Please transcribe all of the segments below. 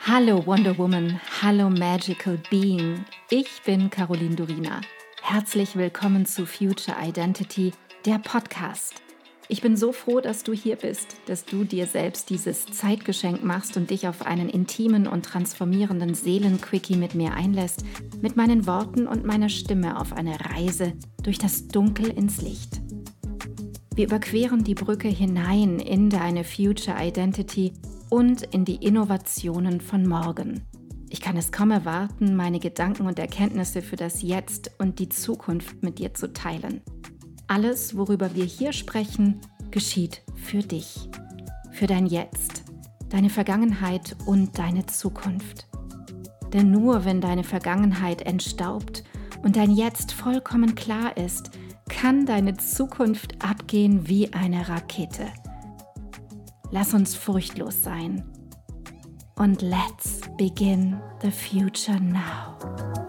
Hallo Wonder Woman, hallo Magical Being. Ich bin Caroline Durina. Herzlich willkommen zu Future Identity, der Podcast. Ich bin so froh, dass du hier bist, dass du dir selbst dieses Zeitgeschenk machst und dich auf einen intimen und transformierenden Seelenquickie mit mir einlässt, mit meinen Worten und meiner Stimme auf eine Reise durch das Dunkel ins Licht. Wir überqueren die Brücke hinein in deine Future Identity und in die Innovationen von morgen. Ich kann es kaum erwarten, meine Gedanken und Erkenntnisse für das Jetzt und die Zukunft mit dir zu teilen. Alles, worüber wir hier sprechen, geschieht für dich, für dein Jetzt, deine Vergangenheit und deine Zukunft. Denn nur wenn deine Vergangenheit entstaubt und dein Jetzt vollkommen klar ist, kann deine Zukunft abgehen wie eine Rakete. Lass uns furchtlos sein. Und let's begin the future now.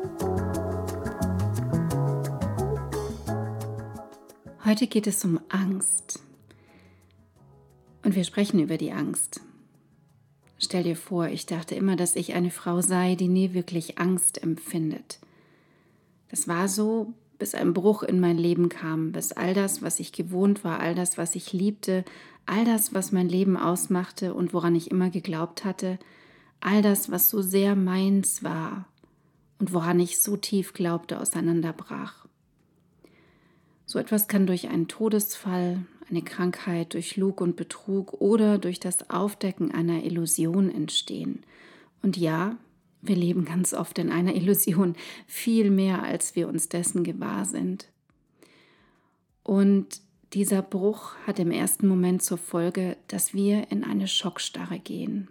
Heute geht es um Angst. Und wir sprechen über die Angst. Stell dir vor, ich dachte immer, dass ich eine Frau sei, die nie wirklich Angst empfindet. Das war so, bis ein Bruch in mein Leben kam, bis all das, was ich gewohnt war, all das, was ich liebte, all das, was mein Leben ausmachte und woran ich immer geglaubt hatte, all das, was so sehr meins war und woran ich so tief glaubte, auseinanderbrach. So etwas kann durch einen Todesfall, eine Krankheit, durch Lug und Betrug oder durch das Aufdecken einer Illusion entstehen. Und ja, wir leben ganz oft in einer Illusion, viel mehr, als wir uns dessen gewahr sind. Und dieser Bruch hat im ersten Moment zur Folge, dass wir in eine Schockstarre gehen.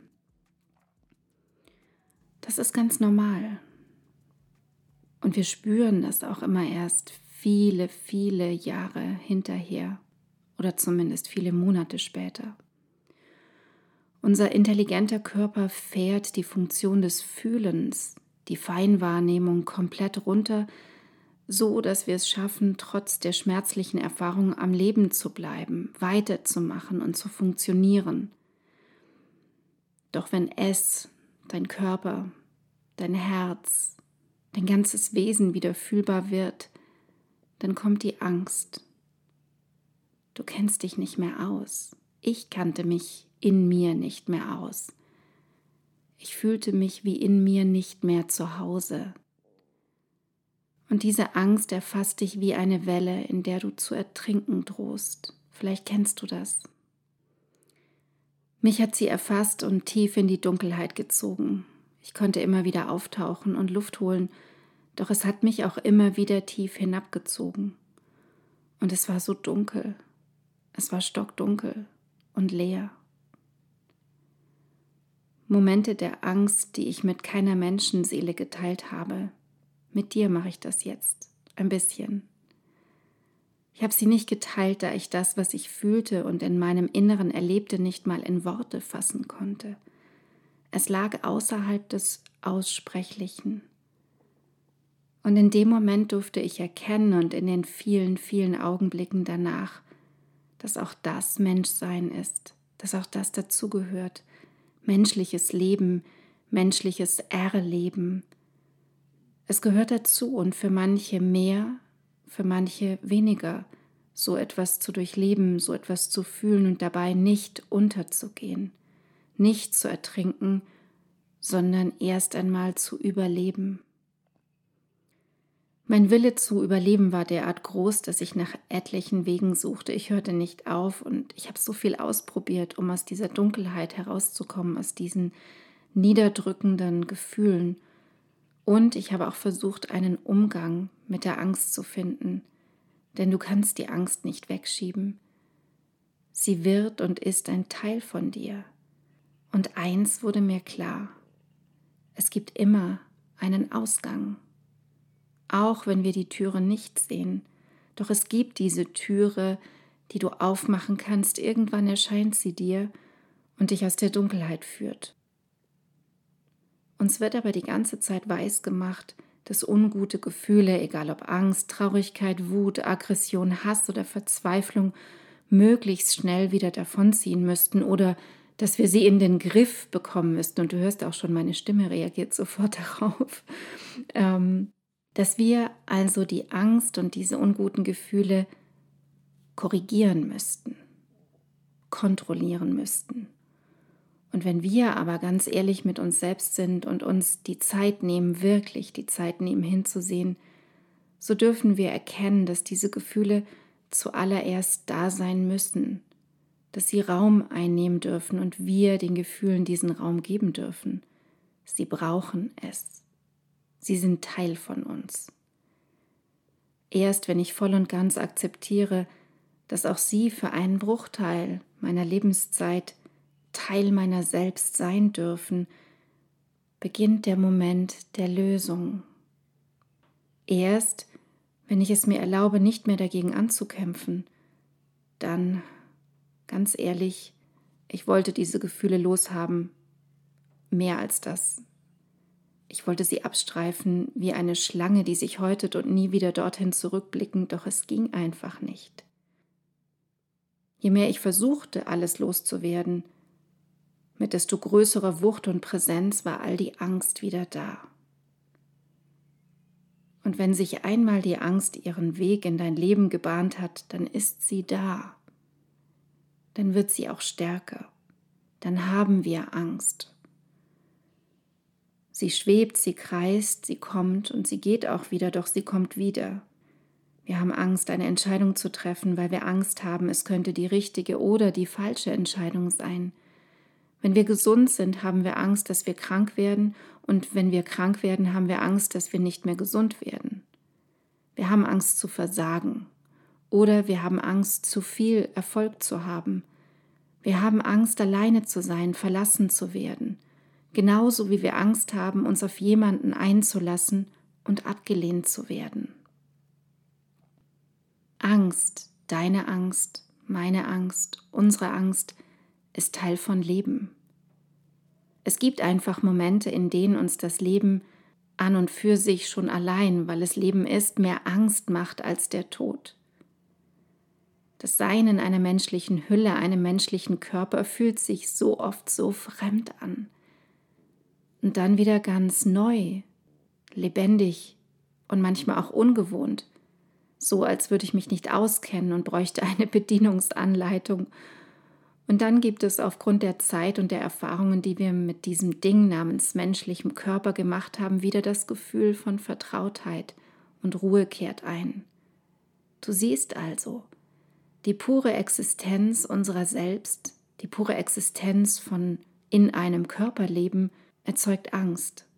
Das ist ganz normal. Und wir spüren das auch immer erst viele, viele Jahre hinterher oder zumindest viele Monate später. Unser intelligenter Körper fährt die Funktion des Fühlens, die Feinwahrnehmung komplett runter, so dass wir es schaffen, trotz der schmerzlichen Erfahrung am Leben zu bleiben, weiterzumachen und zu funktionieren. Doch wenn dein Körper, dein Herz, dein ganzes Wesen wieder fühlbar wird, dann kommt die Angst. Du kennst dich nicht mehr aus. Ich kannte mich in mir nicht mehr aus. Ich fühlte mich wie in mir nicht mehr zu Hause. Und diese Angst erfasst dich wie eine Welle, in der du zu ertrinken drohst. Vielleicht kennst du das. Mich hat sie erfasst und tief in die Dunkelheit gezogen. Ich konnte immer wieder auftauchen und Luft holen, doch es hat mich auch immer wieder tief hinabgezogen. Und es war so dunkel. Es war stockdunkel und leer. Momente der Angst, die ich mit keiner Menschenseele geteilt habe. Mit dir mache ich das jetzt, ein bisschen. Ich habe sie nicht geteilt, da ich das, was ich fühlte und in meinem Inneren erlebte, nicht mal in Worte fassen konnte. Es lag außerhalb des Aussprechlichen. Und in dem Moment durfte ich erkennen und in den vielen, vielen Augenblicken danach, dass auch das Menschsein ist, dass auch das dazugehört. Menschliches Leben, menschliches Erleben. Es gehört dazu und für manche mehr, für manche weniger, so etwas zu durchleben, so etwas zu fühlen und dabei nicht unterzugehen, nicht zu ertrinken, sondern erst einmal zu überleben. Mein Wille zu überleben war derart groß, dass ich nach etlichen Wegen suchte. Ich hörte nicht auf und ich habe so viel ausprobiert, um aus dieser Dunkelheit herauszukommen, aus diesen niederdrückenden Gefühlen. Und ich habe auch versucht, einen Umgang mit der Angst zu finden, denn du kannst die Angst nicht wegschieben. Sie wird und ist ein Teil von dir. Und eins wurde mir klar: Es gibt immer einen Ausgang. Auch wenn wir die Türe nicht sehen, doch es gibt diese Türe, die du aufmachen kannst. Irgendwann erscheint sie dir und dich aus der Dunkelheit führt. Uns wird aber die ganze Zeit weisgemacht, dass ungute Gefühle, egal ob Angst, Traurigkeit, Wut, Aggression, Hass oder Verzweiflung, möglichst schnell wieder davonziehen müssten oder dass wir sie in den Griff bekommen müssten. Und du hörst auch schon, meine Stimme reagiert sofort darauf. Dass wir also die Angst und diese unguten Gefühle korrigieren müssten, kontrollieren müssten. Und wenn wir aber ganz ehrlich mit uns selbst sind und uns die Zeit nehmen, wirklich die Zeit nehmen, hinzusehen, so dürfen wir erkennen, dass diese Gefühle zuallererst da sein müssen, dass sie Raum einnehmen dürfen und wir den Gefühlen diesen Raum geben dürfen. Sie brauchen es. Sie sind Teil von uns. Erst wenn ich voll und ganz akzeptiere, dass auch sie für einen Bruchteil meiner Lebenszeit Teil meiner selbst sein dürfen, beginnt der Moment der Lösung. Erst wenn ich es mir erlaube, nicht mehr dagegen anzukämpfen, dann, ganz ehrlich, ich wollte diese Gefühle loshaben, mehr als das. Ich wollte sie abstreifen wie eine Schlange, die sich häutet und nie wieder dorthin zurückblicken, doch es ging einfach nicht. Je mehr ich versuchte, alles loszuwerden, mit desto größerer Wucht und Präsenz war all die Angst wieder da. Und wenn sich einmal die Angst ihren Weg in dein Leben gebahnt hat, dann ist sie da. Dann wird sie auch stärker. Dann haben wir Angst. Sie schwebt, sie kreist, sie kommt und sie geht auch wieder, doch sie kommt wieder. Wir haben Angst, eine Entscheidung zu treffen, weil wir Angst haben, es könnte die richtige oder die falsche Entscheidung sein. Wenn wir gesund sind, haben wir Angst, dass wir krank werden, und wenn wir krank werden, haben wir Angst, dass wir nicht mehr gesund werden. Wir haben Angst zu versagen oder wir haben Angst, zu viel Erfolg zu haben. Wir haben Angst, alleine zu sein, verlassen zu werden, genauso wie wir Angst haben, uns auf jemanden einzulassen und abgelehnt zu werden. Angst, deine Angst, meine Angst, unsere Angst ist Teil von Leben. Es gibt einfach Momente, in denen uns das Leben an und für sich schon allein, weil es Leben ist, mehr Angst macht als der Tod. Das Sein in einer menschlichen Hülle, einem menschlichen Körper fühlt sich so oft so fremd an. Und dann wieder ganz neu, lebendig und manchmal auch ungewohnt. So, als würde ich mich nicht auskennen und bräuchte eine Bedienungsanleitung. Und dann gibt es aufgrund der Zeit und der Erfahrungen, die wir mit diesem Ding namens menschlichem Körper gemacht haben, wieder das Gefühl von Vertrautheit und Ruhe kehrt ein. Du siehst also, die pure Existenz unserer selbst, die pure Existenz von in einem Körper leben, erzeugt Angst.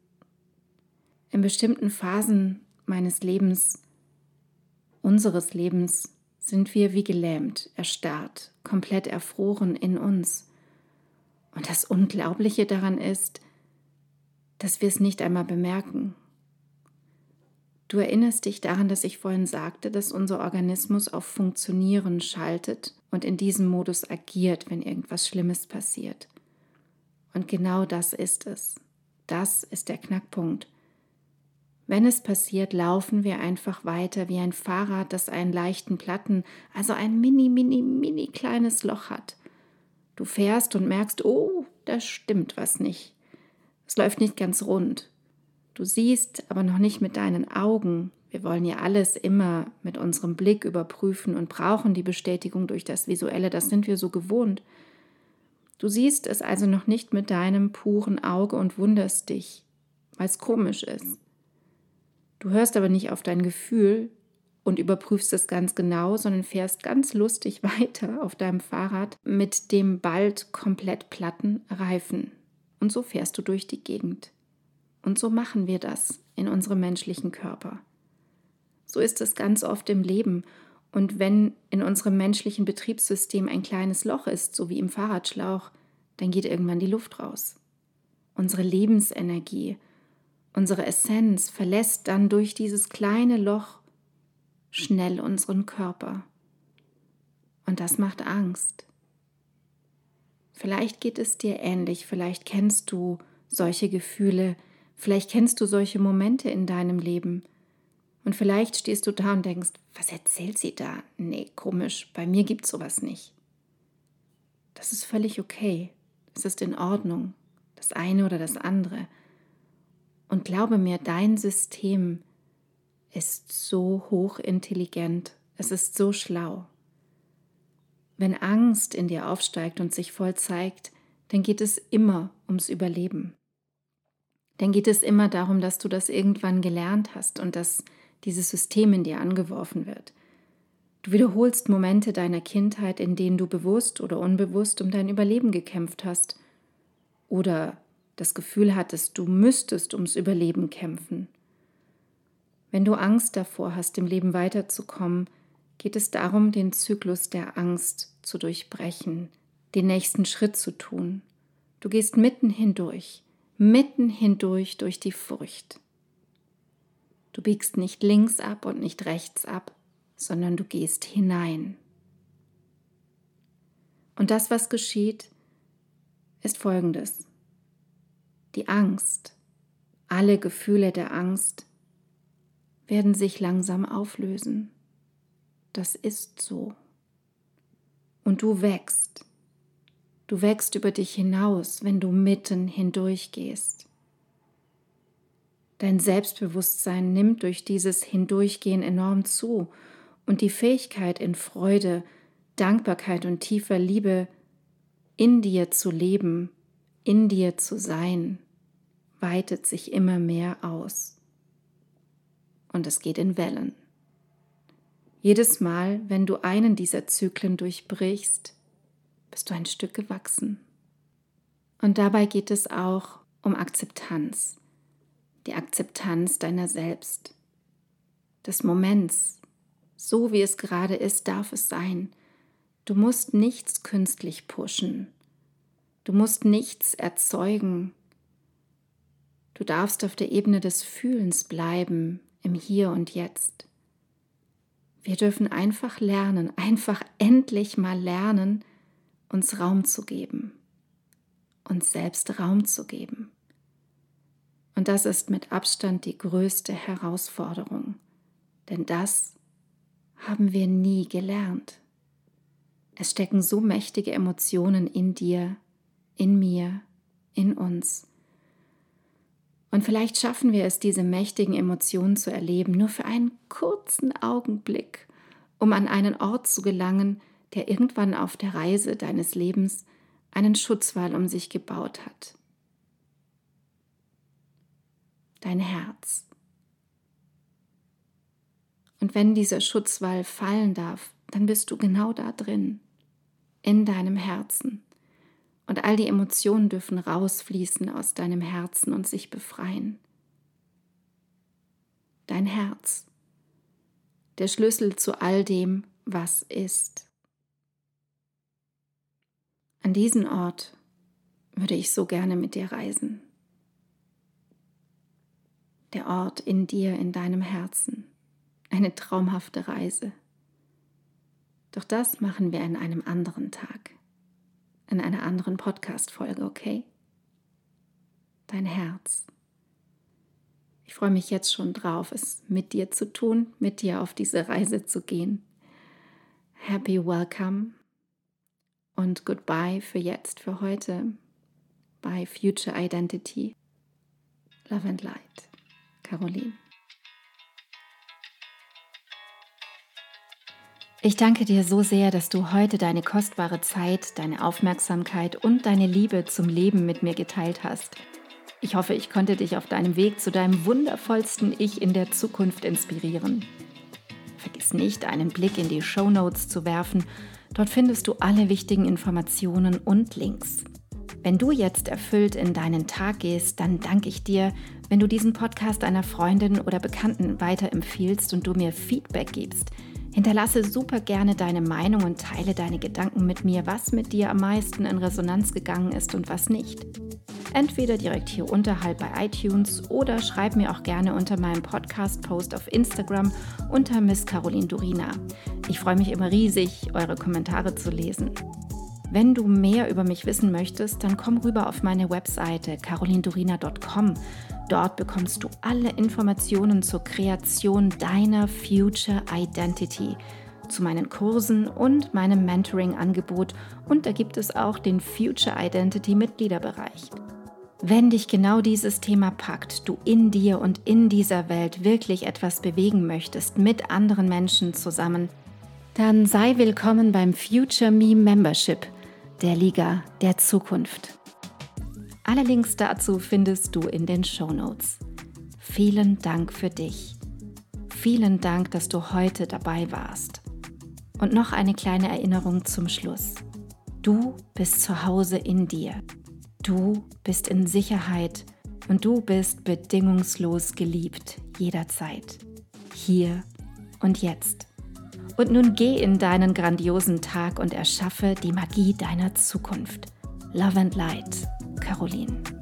In bestimmten Phasen meines Lebens, unseres Lebens, sind wir wie gelähmt, erstarrt, komplett erfroren in uns. Und das Unglaubliche daran ist, dass wir es nicht einmal bemerken. Du erinnerst dich daran, dass ich vorhin sagte, dass unser Organismus auf Funktionieren schaltet und in diesem Modus agiert, wenn irgendwas Schlimmes passiert. Und genau das ist es. Das ist der Knackpunkt. Wenn es passiert, laufen wir einfach weiter wie ein Fahrrad, das einen leichten Platten, also ein mini kleines Loch hat. Du fährst und merkst, oh, da stimmt was nicht. Es läuft nicht ganz rund. Du siehst aber noch nicht mit deinen Augen. Wir wollen ja alles immer mit unserem Blick überprüfen und brauchen die Bestätigung durch das Visuelle. Das sind wir so gewohnt. Du siehst es also noch nicht mit deinem puren Auge und wunderst dich, weil es komisch ist. Du hörst aber nicht auf dein Gefühl und überprüfst es ganz genau, sondern fährst ganz lustig weiter auf deinem Fahrrad mit dem bald komplett platten Reifen. Und so fährst du durch die Gegend. Und so machen wir das in unserem menschlichen Körper. So ist es ganz oft im Leben. Und wenn in unserem menschlichen Betriebssystem ein kleines Loch ist, so wie im Fahrradschlauch, dann geht irgendwann die Luft raus. Unsere Lebensenergie, unsere Essenz verlässt dann durch dieses kleine Loch schnell unseren Körper. Und das macht Angst. Vielleicht geht es dir ähnlich, vielleicht kennst du solche Gefühle, vielleicht kennst du solche Momente in deinem Leben. Und vielleicht stehst du da und denkst, was erzählt sie da? Nee, komisch, bei mir gibt es sowas nicht. Das ist völlig okay. Es ist in Ordnung, das eine oder das andere. Und glaube mir, dein System ist so hochintelligent, es ist so schlau. Wenn Angst in dir aufsteigt und sich voll zeigt, dann geht es immer ums Überleben. Dann geht es immer darum, dass du das irgendwann gelernt hast und dass dieses System in dir angeworfen wird. Du wiederholst Momente deiner Kindheit, in denen du bewusst oder unbewusst um dein Überleben gekämpft hast oder das Gefühl hattest, du müsstest ums Überleben kämpfen. Wenn du Angst davor hast, im Leben weiterzukommen, geht es darum, den Zyklus der Angst zu durchbrechen, den nächsten Schritt zu tun. Du gehst mitten hindurch durch die Furcht. Du biegst nicht links ab und nicht rechts ab, sondern du gehst hinein. Und das, was geschieht, ist Folgendes. Die Angst, alle Gefühle der Angst werden sich langsam auflösen. Das ist so. Und du wächst. Du wächst über dich hinaus, wenn du mitten hindurch gehst. Dein Selbstbewusstsein nimmt durch dieses Hindurchgehen enorm zu und die Fähigkeit in Freude, Dankbarkeit und tiefer Liebe in dir zu leben, in dir zu sein, weitet sich immer mehr aus. Und es geht in Wellen. Jedes Mal, wenn du einen dieser Zyklen durchbrichst, bist du ein Stück gewachsen. Und dabei geht es auch um Akzeptanz. Die Akzeptanz deiner selbst, des Moments. So wie es gerade ist, darf es sein. Du musst nichts künstlich pushen. Du musst nichts erzeugen. Du darfst auf der Ebene des Fühlens bleiben, im Hier und Jetzt. Wir dürfen einfach lernen, einfach endlich mal lernen, uns Raum zu geben, uns selbst Raum zu geben. Und das ist mit Abstand die größte Herausforderung, denn das haben wir nie gelernt. Es stecken so mächtige Emotionen in dir, in mir, in uns. Und vielleicht schaffen wir es, diese mächtigen Emotionen zu erleben, nur für einen kurzen Augenblick, um an einen Ort zu gelangen, der irgendwann auf der Reise deines Lebens einen Schutzwall um sich gebaut hat. Dein Herz. Und wenn dieser Schutzwall fallen darf, dann bist du genau da drin, in deinem Herzen. Und all die Emotionen dürfen rausfließen aus deinem Herzen und sich befreien. Dein Herz, der Schlüssel zu all dem, was ist. An diesen Ort würde ich so gerne mit dir reisen. Der Ort in dir, in deinem Herzen. Eine traumhafte Reise. Doch das machen wir an einem anderen Tag. In einer anderen Podcast-Folge, okay? Dein Herz. Ich freue mich jetzt schon drauf, es mit dir zu tun, mit dir auf diese Reise zu gehen. Happy Welcome und Goodbye für jetzt, für heute. Bei Future Identity. Love and Light. Caroline. Ich danke dir so sehr, dass du heute deine kostbare Zeit, deine Aufmerksamkeit und deine Liebe zum Leben mit mir geteilt hast. Ich hoffe, ich konnte dich auf deinem Weg zu deinem wundervollsten Ich in der Zukunft inspirieren. Vergiss nicht, einen Blick in die Shownotes zu werfen. Dort findest du alle wichtigen Informationen und Links. Wenn du jetzt erfüllt in deinen Tag gehst, dann danke ich dir, wenn du diesen Podcast einer Freundin oder Bekannten weiterempfiehlst und du mir Feedback gibst. Hinterlasse super gerne deine Meinung und teile deine Gedanken mit mir, was mit dir am meisten in Resonanz gegangen ist und was nicht. Entweder direkt hier unterhalb bei iTunes oder schreib mir auch gerne unter meinem Podcast-Post auf Instagram unter Miss Caroline Durina. Ich freue mich immer riesig, eure Kommentare zu lesen. Wenn du mehr über mich wissen möchtest, dann komm rüber auf meine Webseite carolindurina.com. Dort bekommst du alle Informationen zur Kreation deiner Future Identity. zu meinen Kursen und meinem Mentoring-Angebot und da gibt es auch den Future Identity Mitgliederbereich. Wenn dich genau dieses Thema packt, du in dir und in dieser Welt wirklich etwas bewegen möchtest, mit anderen Menschen zusammen, dann sei willkommen beim Future Me Membership, der Liga der Zukunft. Alle Links dazu findest du in den Shownotes. Vielen Dank für dich. Vielen Dank, dass du heute dabei warst. Und noch eine kleine Erinnerung zum Schluss. Du bist zu Hause in dir. Du bist in Sicherheit und du bist bedingungslos geliebt, jederzeit. Hier und jetzt. Und nun geh in deinen grandiosen Tag und erschaffe die Magie deiner Zukunft. Love and Light, Caroline.